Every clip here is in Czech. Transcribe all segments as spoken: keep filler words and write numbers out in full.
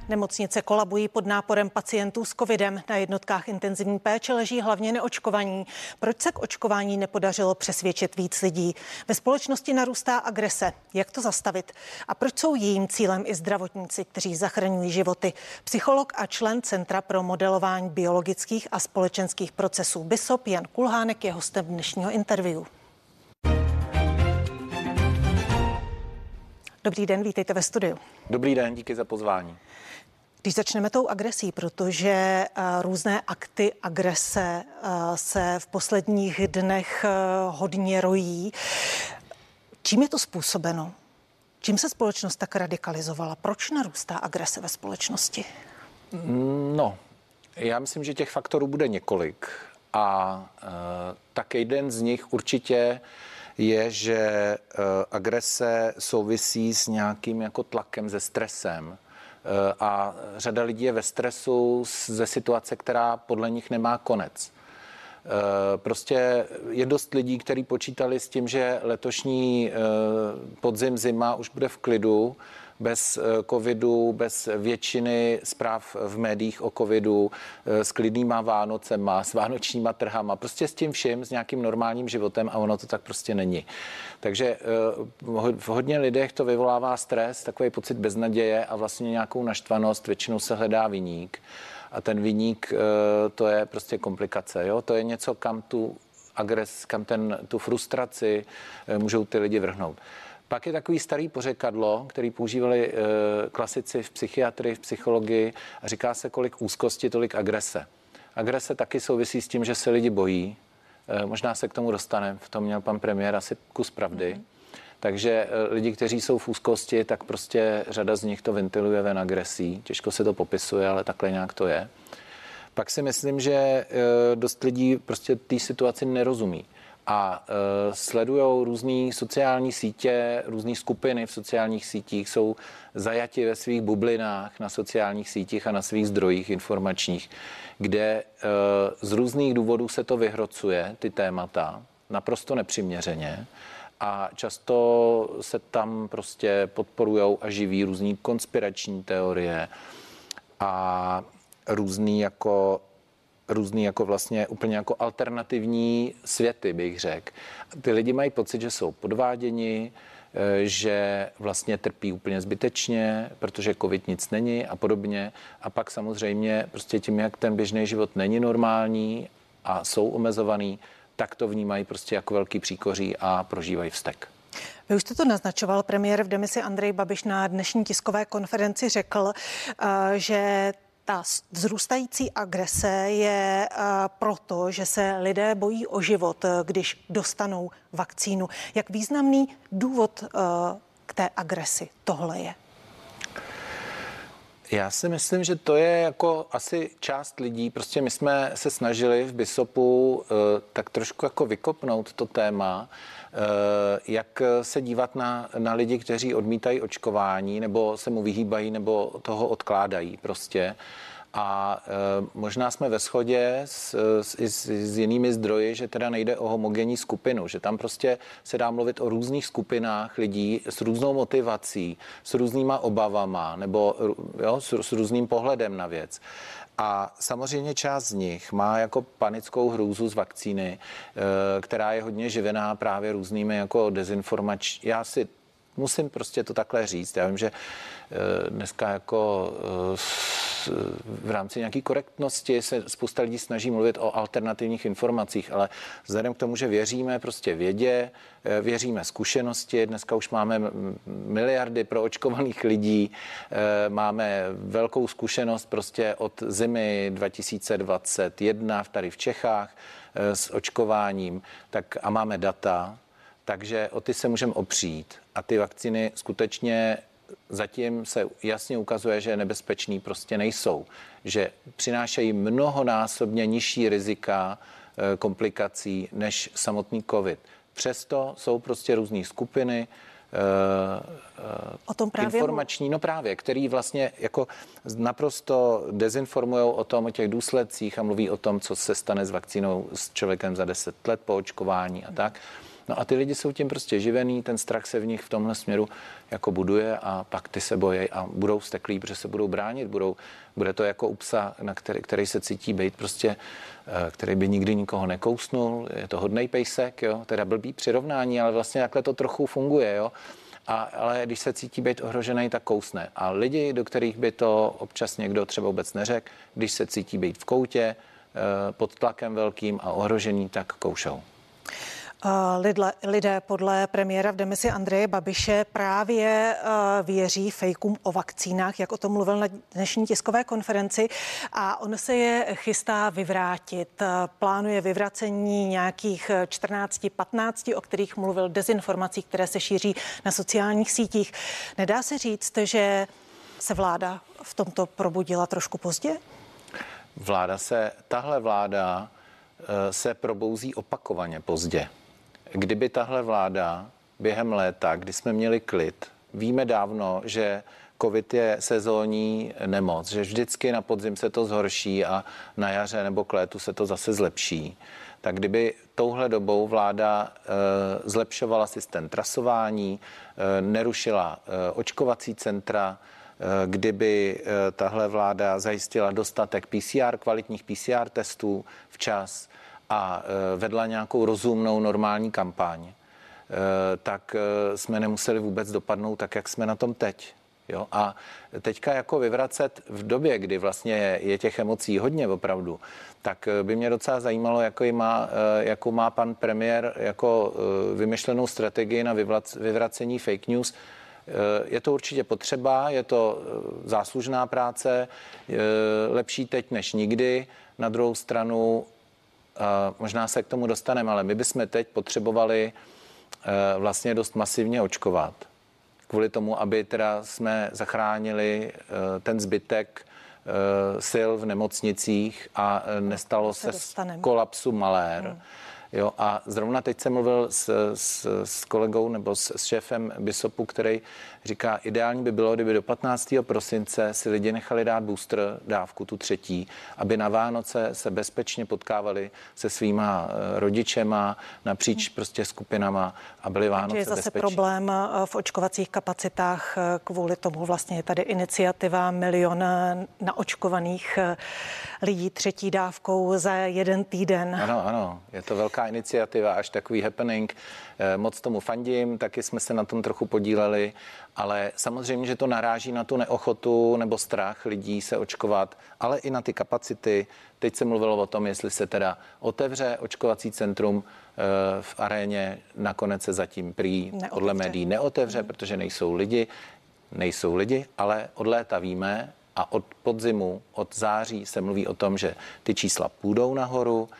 Nemocnice kolabují pod náporem pacientů s covidem. Na jednotkách intenzivní péče leží hlavně neočkovaní. Proč se k očkování nepodařilo přesvědčit víc lidí? Ve společnosti narůstá agrese. Jak to zastavit? A proč jsou jejím cílem i zdravotníci, kteří zachraňují životy? Psycholog a člen Centra pro modelování biologických a společenských procesů B I S O P Jan Kulhánek je hostem dnešního interview. Dobrý den, vítejte ve studiu. Dobrý den, díky za pozvání. Když začneme tou agresí, protože uh, různé akty agrese uh, se v posledních dnech uh, hodně rojí. Čím je to způsobeno? Čím se společnost tak radikalizovala? Proč narůstá agrese ve společnosti? No, já myslím, že těch faktorů bude několik. A uh, tak jeden z nich určitě je, že uh, agrese souvisí s nějakým jako tlakem, se stresem. Uh, a řada lidí je ve stresu ze situace, která podle nich nemá konec. Uh, prostě je dost lidí, kteří počítali s tím, že letošní uh, podzim, zima už bude v klidu, bez covidu, bez většiny zpráv v médiích o covidu, s klidnýma Vánocema, s vánočníma trhama, prostě s tím vším, s nějakým normálním životem, a ono to tak prostě není. Takže v hodně lidech to vyvolává stres, takový pocit beznaděje a vlastně nějakou naštvanost, většinou se hledá viník. A ten viník, to je prostě komplikace, jo? To je něco, kam tu agres, kam ten, tu frustraci můžou ty lidi vrhnout. Pak je takový starý pořekadlo, který používali e, klasici v psychiatrii, v psychologii, a říká se, kolik úzkosti, tolik agrese. Agrese taky souvisí s tím, že se lidi bojí. E, možná se k tomu dostaneme, v tom měl pan premiér asi kus pravdy. Mm. Takže e, lidi, kteří jsou v úzkosti, tak prostě řada z nich to ventiluje ven agresí. Těžko se to popisuje, ale takhle nějak to je. Pak si myslím, že e, dost lidí prostě té situaci nerozumí. A e, sledujou různé sociální sítě, různé skupiny v sociálních sítích, jsou zajati ve svých bublinách na sociálních sítích a na svých zdrojích informačních, kde e, z různých důvodů se to vyhrocuje, ty témata, naprosto nepřiměřeně, a často se tam prostě podporujou a živí různý konspirační teorie a různý jako různý jako vlastně úplně jako alternativní světy, bych řekl. Ty lidi mají pocit, že jsou podváděni, že vlastně trpí úplně zbytečně, protože covid nic není a podobně. A pak samozřejmě prostě tím, jak ten běžný život není normální a jsou omezovaný, tak to vnímají prostě jako velký příkoří a prožívají vztek. Vy už jste to naznačoval, premiér v demisi Andrej Babiš na dnešní tiskové konferenci řekl, že ta vzrůstající agrese je uh, proto, že se lidé bojí o život, když dostanou vakcínu. Jak významný důvod uh, k té agresi tohle je? Já si myslím, že to je jako asi část lidí. Prostě my jsme se snažili v B I S O P u uh, tak trošku jako vykopnout to téma, uh, jak se dívat na, na lidi, kteří odmítají očkování nebo se mu vyhýbají nebo toho odkládají prostě. A e, možná jsme ve shodě s, s, s, s jinými zdroji, že teda nejde o homogenní skupinu, že tam prostě se dá mluvit o různých skupinách lidí s různou motivací, s různýma obavama nebo jo, s, s různým pohledem na věc. A samozřejmě část z nich má jako panickou hrůzu z vakcíny, e, která je hodně živená právě různými jako dezinformační. Já si musím prostě to takhle říct. Já vím, že e, dneska jako e, v rámci nějaké korektnosti se spousta lidí snaží mluvit o alternativních informacích, ale vzhledem k tomu, že věříme prostě vědě, věříme zkušenosti, dneska už máme miliardy proočkovaných lidí, máme velkou zkušenost prostě od zimy dva tisíce dvacet jedna tady v Čechách s očkováním, tak a máme data, takže o ty se můžeme opřít a ty vakcíny skutečně zatím se jasně ukazuje, že nebezpeční prostě nejsou, že přinášejí mnohonásobně nižší rizika komplikací než samotný covid. Přesto jsou prostě různé skupiny o tom právě informační, no právě, který vlastně jako naprosto dezinformujou o tom, o těch důsledcích a mluví o tom, co se stane s vakcínou s člověkem za deset let po očkování a tak. No a ty lidi jsou tím prostě živený, ten strach se v nich v tomhle směru jako buduje a pak ty se bojí a budou vzteklí, protože se budou bránit, budou, bude to jako u psa, na který, který se cítí být prostě, který by nikdy nikoho nekousnul, je to hodnej pejsek, jo, teda blbý přirovnání, ale vlastně takhle to trochu funguje, jo. A, ale když se cítí být ohrožený, tak kousne. A lidi, do kterých by to občas někdo třeba vůbec neřekl, když se cítí být v koutě, pod tlakem velkým a ohrožený, tak koušou. Lidle, lidé podle premiéra v demisi Andreje Babiše právě věří fejkům o vakcínách, jak o tom mluvil na dnešní tiskové konferenci, a on se je chystá vyvrátit. Plánuje vyvracení nějakých čtrnáct patnáct, o kterých mluvil, dezinformací, které se šíří na sociálních sítích. Nedá se říct, že se vláda v tomto probudila trošku pozdě? Vláda se, tahle vláda se probouzí opakovaně pozdě. Kdyby tahle vláda během léta, kdy jsme měli klid, víme dávno, že covid je sezónní nemoc, že vždycky na podzim se to zhorší a na jaře nebo k létu se to zase zlepší, tak kdyby touhle dobou vláda e, zlepšovala systém trasování, e, nerušila e, očkovací centra, e, kdyby e, tahle vláda zajistila dostatek P C R, kvalitních P C R testů včas, a vedla nějakou rozumnou normální kampaň, tak jsme nemuseli vůbec dopadnout tak, jak jsme na tom teď. Jo? A teďka jako vyvracet v době, kdy vlastně je, je těch emocí hodně opravdu, tak by mě docela zajímalo, jaký má, jakou má pan premiér jako vymyšlenou strategii na vyvracení fake news. Je to určitě potřeba, je to záslužná práce, lepší teď než nikdy. Na druhou stranu Uh, možná se k tomu dostaneme, ale my bychom teď potřebovali uh, vlastně dost masivně očkovat. Kvůli tomu, aby teda jsme zachránili uh, ten zbytek uh, sil v nemocnicích a uh, nestalo se, se z kolapsu malér. Hmm. Jo, a zrovna teď jsem mluvil s, s, s kolegou nebo s, s šéfem BISOPu, který říká, ideální by bylo, kdyby do patnáctého prosince si lidi nechali dát booster dávku, tu třetí, aby na Vánoce se bezpečně potkávali se svýma rodičema napříč prostě skupinama a byly Vánoce bezpečí. Je zase bezpečí. Problém v očkovacích kapacitách, kvůli tomu vlastně je tady iniciativa milion naočkovaných lidí třetí dávkou za jeden týden. Ano, ano, je to velká iniciativa, až takový happening. Moc tomu fandím, taky jsme se na tom trochu podíleli, ale samozřejmě, že to naráží na tu neochotu nebo strach lidí se očkovat, ale i na ty kapacity. Teď se mluvilo o tom, jestli se teda otevře očkovací centrum v aréně, nakonec se zatím prý neotevře. Podle médií neotevře, hmm. protože nejsou lidi, nejsou lidi, ale od léta víme a od podzimu, od září se mluví o tom, že ty čísla půjdou nahoru,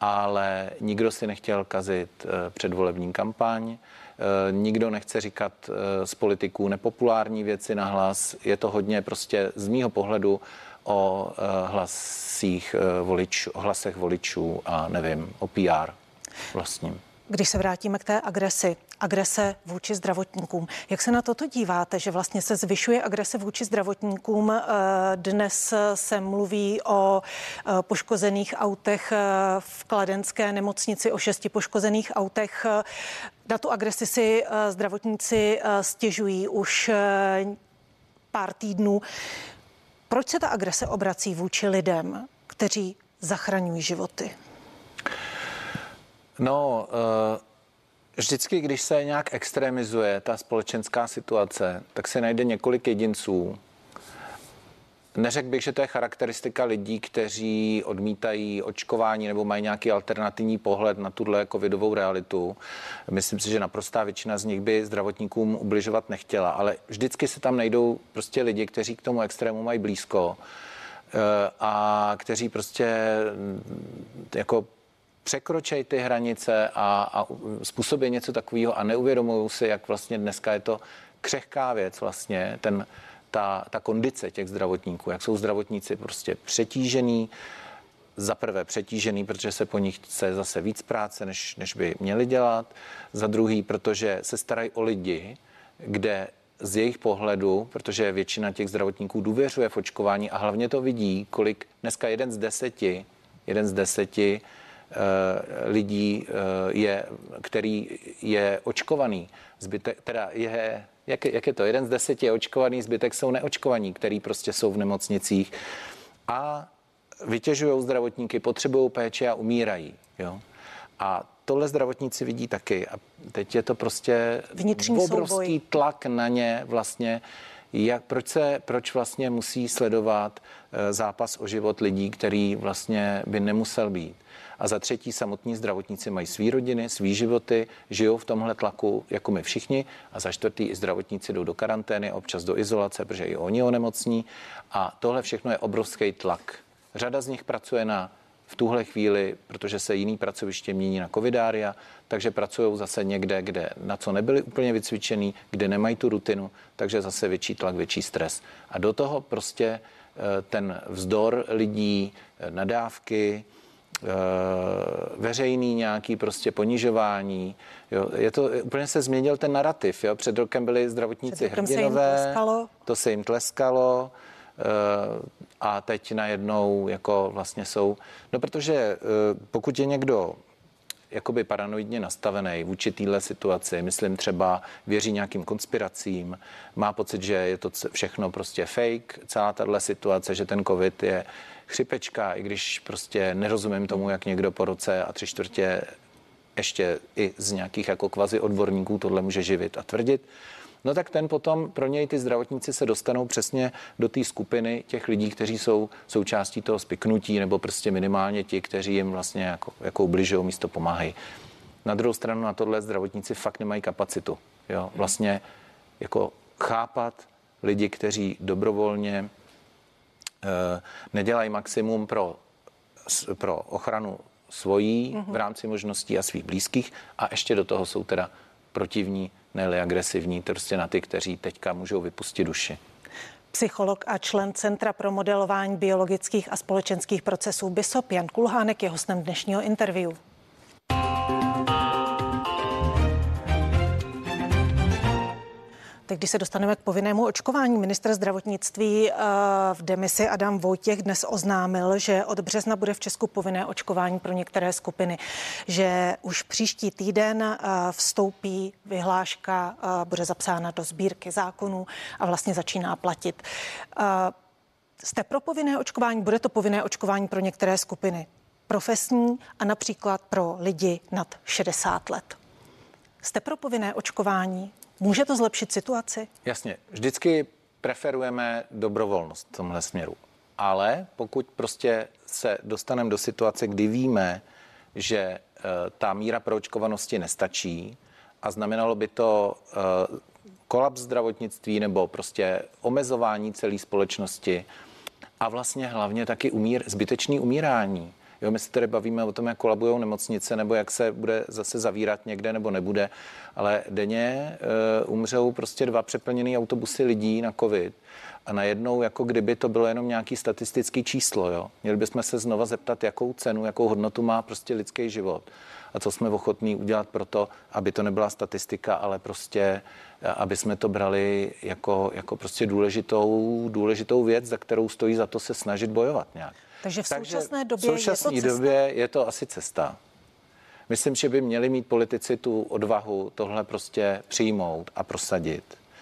ale nikdo si nechtěl kazit předvolební kampaň, nikdo nechce říkat z politiků nepopulární věci nahlas. Je to hodně prostě z mýho pohledu o hlasích voličů, o hlasech voličů a nevím, o P R vlastním. Když se vrátíme k té agresi, agrese vůči zdravotníkům. Jak se na toto díváte, že vlastně se zvyšuje agrese vůči zdravotníkům? Dnes se mluví o poškozených autech v kladenské nemocnici, o šesti poškozených autech. Na tu agresi si zdravotníci stěžují už pár týdnů. Proč se ta agrese obrací vůči lidem, kteří zachraňují životy? No, vždycky, když se nějak extremizuje ta společenská situace, tak se najde několik jedinců. Neřekl bych, že to je charakteristika lidí, kteří odmítají očkování nebo mají nějaký alternativní pohled na tuhle covidovou realitu. Myslím si, že naprostá většina z nich by zdravotníkům ubližovat nechtěla, ale vždycky se tam najdou prostě lidi, kteří k tomu extrému mají blízko a kteří prostě jako překročej ty hranice a, a způsobí něco takového a neuvědomují si, jak vlastně dneska je to křehká věc vlastně, ten, ta, ta kondice těch zdravotníků, jak jsou zdravotníci prostě přetížený, za prvé přetížený, protože se po nich chce zase víc práce, než, než by měli dělat, za druhý, protože se starají o lidi, kde z jejich pohledu, protože většina těch zdravotníků důvěřuje v očkování a hlavně to vidí, kolik dneska jeden z deseti, jeden z deseti lidí, je, který je očkovaný, zbytek, teda je, jak, jak je to, jeden z deseti je očkovaný, zbytek jsou neočkovaní, který prostě jsou v nemocnicích a vytěžují zdravotníky, potřebují péče a umírají. Jo? A tohle zdravotníci vidí taky. A teď je to prostě vnitřní obrovský souboj. tlak na ně vlastně, jak, proč, se, proč vlastně musí sledovat e, zápas o život lidí, který vlastně by nemusel být. A za třetí, samotní zdravotníci mají svý rodiny, svý životy, žijou v tomhle tlaku, jako my všichni. A za čtvrtý, i zdravotníci jdou do karantény, občas do izolace, protože i oni onemocní. A tohle všechno je obrovský tlak. Řada z nich pracuje na v tuhle chvíli, protože se jiný pracoviště mění na covidária, takže pracují zase někde, kde na co nebyli úplně vycvičený, kde nemají tu rutinu, takže zase větší tlak, větší stres. A do toho prostě ten vzdor lidí, nadávky, veřejný nějaký prostě ponižování. Jo. Je to, úplně se změnil ten narrativ. Jo. Před rokem byli zdravotníci hrdinové, to se jim tleskalo, a teď najednou jako vlastně jsou, no protože pokud je někdo jakoby paranoidně nastavený vůči téhle situaci, myslím třeba věří nějakým konspiracím, má pocit, že je to všechno prostě fake, celá tahle situace, že ten covid je chřipečka, i když prostě nerozumím tomu, jak někdo po roce a tři čtvrtě ještě i z nějakých jako kvazi odborníků tohle může živit a tvrdit, no tak ten potom, pro něj ty zdravotníci se dostanou přesně do té skupiny těch lidí, kteří jsou součástí toho spiknutí, nebo prostě minimálně ti, kteří jim vlastně jako, jako ubližují, místo pomáhají. Na druhou stranu na tohle zdravotníci fakt nemají kapacitu. Jo? Vlastně jako chápat lidi, kteří dobrovolně eh, nedělají maximum pro, pro ochranu svojí mm-hmm. v rámci možností a svých blízkých a ještě do toho jsou teda protivní, ne agresivní, prostě na ty, kteří teďka můžou vypustit duši. Psycholog a člen Centra pro modelování biologických a společenských procesů B I S O P Jan Kulhánek je hostem dnešního interview. Teď, když se dostaneme k povinnému očkování, ministr zdravotnictví v demisi Adam Vojtěch dnes oznámil, že od března bude v Česku povinné očkování pro některé skupiny, že už příští týden vstoupí vyhláška, bude zapsána do sbírky zákonů a vlastně začíná platit. Jste pro povinné očkování? Bude to povinné očkování pro některé skupiny profesní a například pro lidi nad šedesát let. Jste pro povinné očkování? Může to zlepšit situaci? Jasně, vždycky preferujeme dobrovolnost v tomhle směru. Ale pokud prostě se dostaneme do situace, kdy víme, že e, ta míra proočkovanosti nestačí a znamenalo by to e, kolaps zdravotnictví nebo prostě omezování celé společnosti a vlastně hlavně taky umír, zbytečný umírání. Jo, my se tady bavíme o tom, jak kolabujou nemocnice, nebo jak se bude zase zavírat někde, nebo nebude, ale denně uh, umřou prostě dva přeplněný autobusy lidí na covid a najednou, jako kdyby to bylo jenom nějaký statistický číslo, jo. Měli bychom se znova zeptat, jakou cenu, jakou hodnotu má prostě lidský život a co jsme ochotní udělat pro to, aby to nebyla statistika, ale prostě, aby jsme to brali jako, jako prostě důležitou, důležitou věc, za kterou stojí za to se snažit bojovat nějak. Takže v současné době v současné je to době je to asi cesta. Myslím, že by měli mít politici tu odvahu tohle prostě přijmout a prosadit.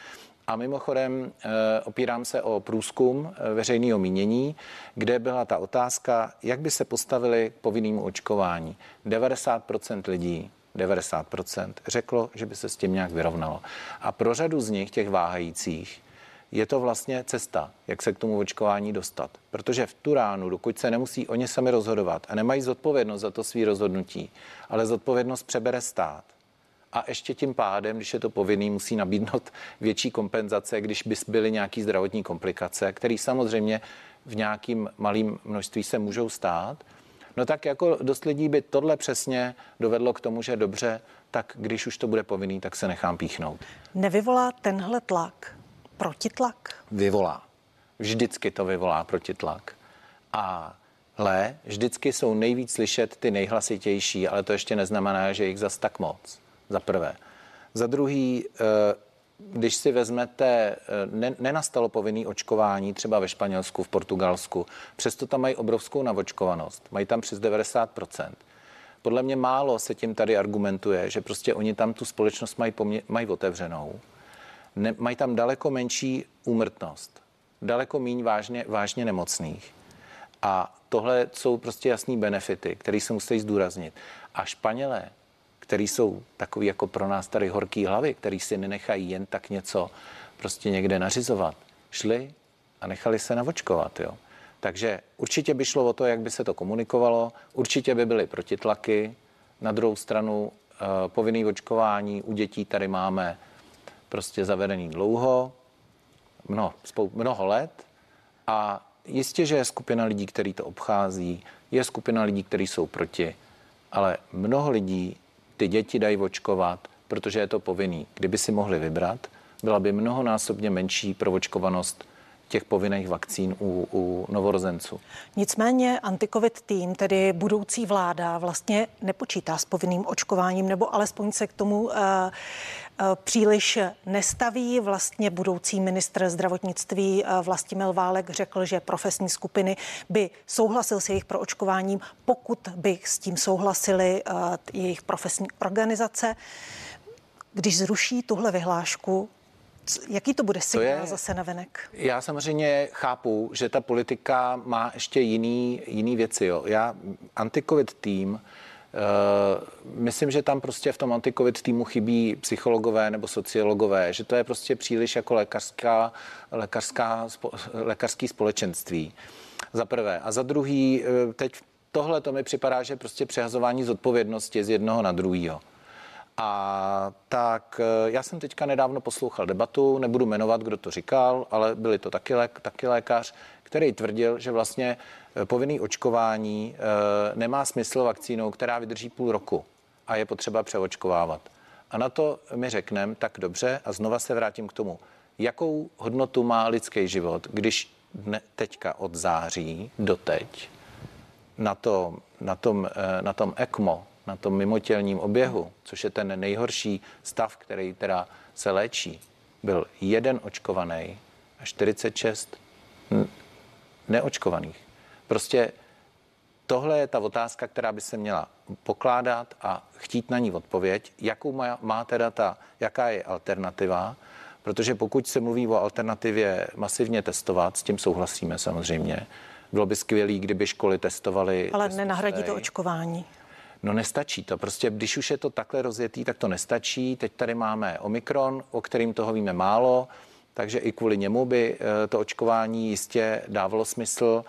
A mimochodem opírám se o průzkum veřejného mínění, kde byla ta otázka, jak by se postavili k povinnému očkování. devadesát procent lidí, devadesát procent řeklo, že by se s tím nějak vyrovnalo. A pro řadu z nich, těch váhajících, je to vlastně cesta, jak se k tomu očkování dostat. Protože v tu ránu, dokud se nemusí oni sami rozhodovat a nemají zodpovědnost za to svý rozhodnutí, ale zodpovědnost přebere stát. A ještě tím pádem, když je to povinný, musí nabídnout větší kompenzace, když by byly nějaké zdravotní komplikace, které samozřejmě v nějakým malým množství se můžou stát. No tak jako dost lidí by tohle přesně dovedlo k tomu, že dobře, tak když už to bude povinný, tak se nechám píchnout. Nevyvolá tenhle tlak protitlak? Vyvolá. Vždycky to vyvolá protitlak. A hle, vždycky jsou nejvíc slyšet ty nejhlasitější, ale to ještě neznamená, že jich zas tak moc. Za prvé. Za druhý, když si vezmete, nenastalo povinné očkování třeba ve Španělsku, v Portugalsku, přesto tam mají obrovskou navočkovanost, mají tam přes devadesát procent. podle mě málo se tím tady argumentuje, že prostě oni tam tu společnost mají, pomě- mají otevřenou. Ne, mají tam daleko menší úmrtnost, daleko méně vážně, vážně nemocných. A tohle jsou prostě jasný benefity, které se musí zdůraznit. A Španělé, který jsou takový jako pro nás tady horký hlavy, který si nenechají jen tak něco prostě někde nařizovat, šli a nechali se navočkovat, jo. Takže určitě by šlo o to, jak by se to komunikovalo, určitě by byly protitlaky. Na druhou stranu e, povinný očkování u dětí tady máme prostě zavedený dlouho, mnoho, spou, mnoho let a jistě, že je skupina lidí, který to obchází, je skupina lidí, kteří jsou proti, ale mnoho lidí ty děti dají očkovat, protože je to povinný. Kdyby si mohli vybrat, byla by mnohonásobně menší proočkovanost těch povinných vakcín u, u novorozenců. Nicméně anti-covid tým, tedy budoucí vláda, vlastně nepočítá s povinným očkováním, nebo alespoň se k tomu uh, uh, příliš nestaví. Vlastně budoucí ministr zdravotnictví uh, Vlastimil Válek řekl, že profesní skupiny by souhlasil s jejich proočkováním, pokud by s tím souhlasili uh, jejich profesní organizace. Když zruší tuhle vyhlášku, jaký to bude signál to je, zase navenek? Já samozřejmě chápu, že ta politika má ještě jiný, jiný věci. Jo. Já anti-covid tým, uh, myslím, že tam prostě v tom anti-covid týmu chybí psychologové nebo sociologové, že to je prostě příliš jako lékařská, lékařská, spo, lékařský společenství. Za prvé. A za druhý, teď tohle to mi připadá, že prostě přehazování zodpovědnosti z jednoho na druhýho. A tak já jsem teďka nedávno poslouchal debatu, nebudu jmenovat, kdo to říkal, ale byli to taky, lék, taky lékař, který tvrdil, že vlastně povinný očkování e, nemá smysl vakcínou, která vydrží půl roku a je potřeba přeočkovávat. A na to mi řekneme, tak dobře, a znova se vrátím k tomu, jakou hodnotu má lidský život, když ne, teďka od září do teď na, to, na, tom, na tom ECMO, na tom mimotělním oběhu, což je ten nejhorší stav, který teda se léčí, byl jeden očkovaný a čtyřicet šest neočkovaných. Prostě tohle je ta otázka, která by se měla pokládat a chtít na ní odpověď, jakou má, má teda ta, jaká je alternativa, protože pokud se mluví o alternativě masivně testovat, s tím souhlasíme samozřejmě. Bylo by skvělé, kdyby školy testovaly. Ale nenahradí to očkování. No nestačí to. Prostě když už je to takhle rozjetý, tak to nestačí. Teď tady máme Omikron, o kterým toho víme málo, takže i kvůli němu by to očkování jistě dávalo smysl.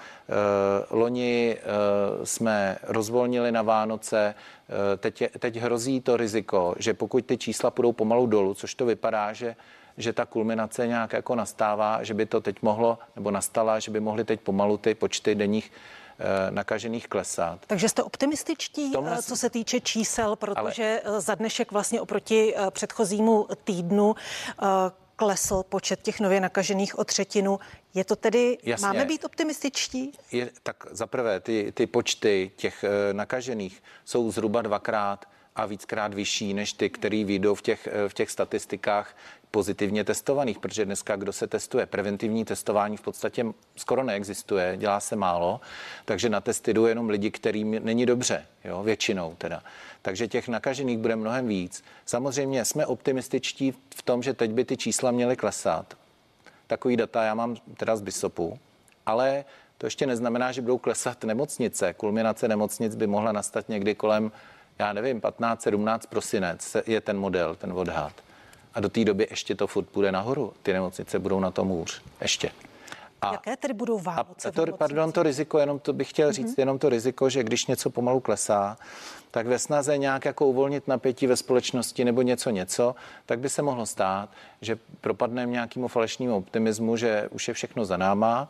Loni jsme rozvolnili na Vánoce. Teď, je, teď hrozí to riziko, že pokud ty čísla půjdou pomalu dolů, což to vypadá, že že ta kulminace nějak jako nastává, že by to teď mohlo, nebo nastala, že by mohly teď pomalu ty počty denních e, nakažených klesat. Takže jste optimističtí, tomhle... co se týče čísel, protože Ale... za dnešek vlastně oproti předchozímu týdnu e, klesl počet těch nově nakažených o třetinu. Je to tedy, Jasně. máme být optimističtí? Je, tak zaprvé ty, ty počty těch e, nakažených jsou zhruba dvakrát a víckrát vyšší než ty, který vyjdou v těch, v těch statistikách pozitivně testovaných, protože dneska, kdo se testuje, preventivní testování v podstatě skoro neexistuje, dělá se málo, takže na testy jdou jenom lidi, kterým není dobře, jo, většinou teda. Takže těch nakažených bude mnohem víc. Samozřejmě jsme optimističtí v tom, že teď by ty čísla měly klesat. Takový data já mám teda z BISOPu, ale to ještě neznamená, že budou klesat nemocnice. Kulminace nemocnic by mohla nastat někdy kolem, já nevím, patnáct sedmnáct prosinec je ten model, ten odhad. A do té doby ještě to furt půjde nahoru. Ty nemocnice budou na tom hůř. Ještě. A, Jaké tedy budou Vánoce? A to, pardon, to riziko, jenom to bych chtěl říct, mm-hmm. jenom to riziko, že když něco pomalu klesá, tak ve snaze nějak jako uvolnit napětí ve společnosti nebo něco něco, tak by se mohlo stát, že propadneme nějakému falešnému optimismu, že už je všechno za náma.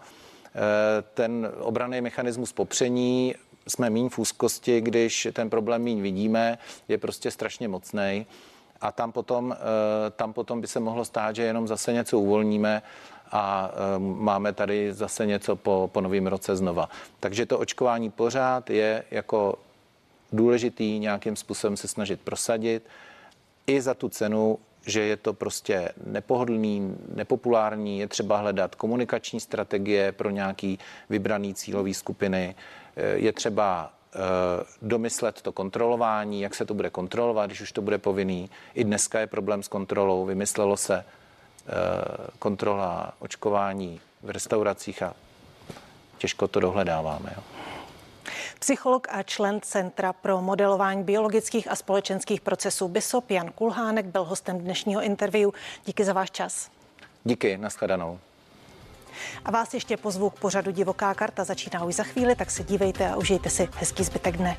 Ten obranný mechanismus popření, jsme míň v úzkosti, když ten problém míň vidíme, je prostě strašně mocnej. A tam potom, tam potom by se mohlo stát, že jenom zase něco uvolníme a máme tady zase něco po, po novém roce znova. Takže to očkování pořád je jako důležitý nějakým způsobem se snažit prosadit i za tu cenu, že je to prostě nepohodlný, nepopulární, je třeba hledat komunikační strategie pro nějaký vybraný cílový skupiny, je třeba domyslet to kontrolování, jak se to bude kontrolovat, když už to bude povinný. I dneska je problém s kontrolou. Vymyslelo se kontrola očkování v restauracích a těžko to dohledáváme. Jo. Psycholog a člen Centra pro modelování biologických a společenských procesů B I S O P Jan Kulhánek byl hostem dnešního interview. Díky za váš čas. Díky, nashledanou. A vás ještě pozvu k pořadu Divoká karta. Začíná už za chvíli, tak se dívejte a užijte si hezký zbytek dne.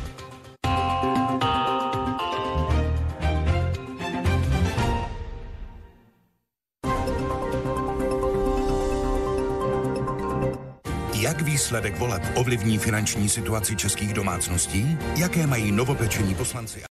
Jak výsledek voleb ovlivní finanční situaci českých domácností? Jaké mají novopečení poslanci?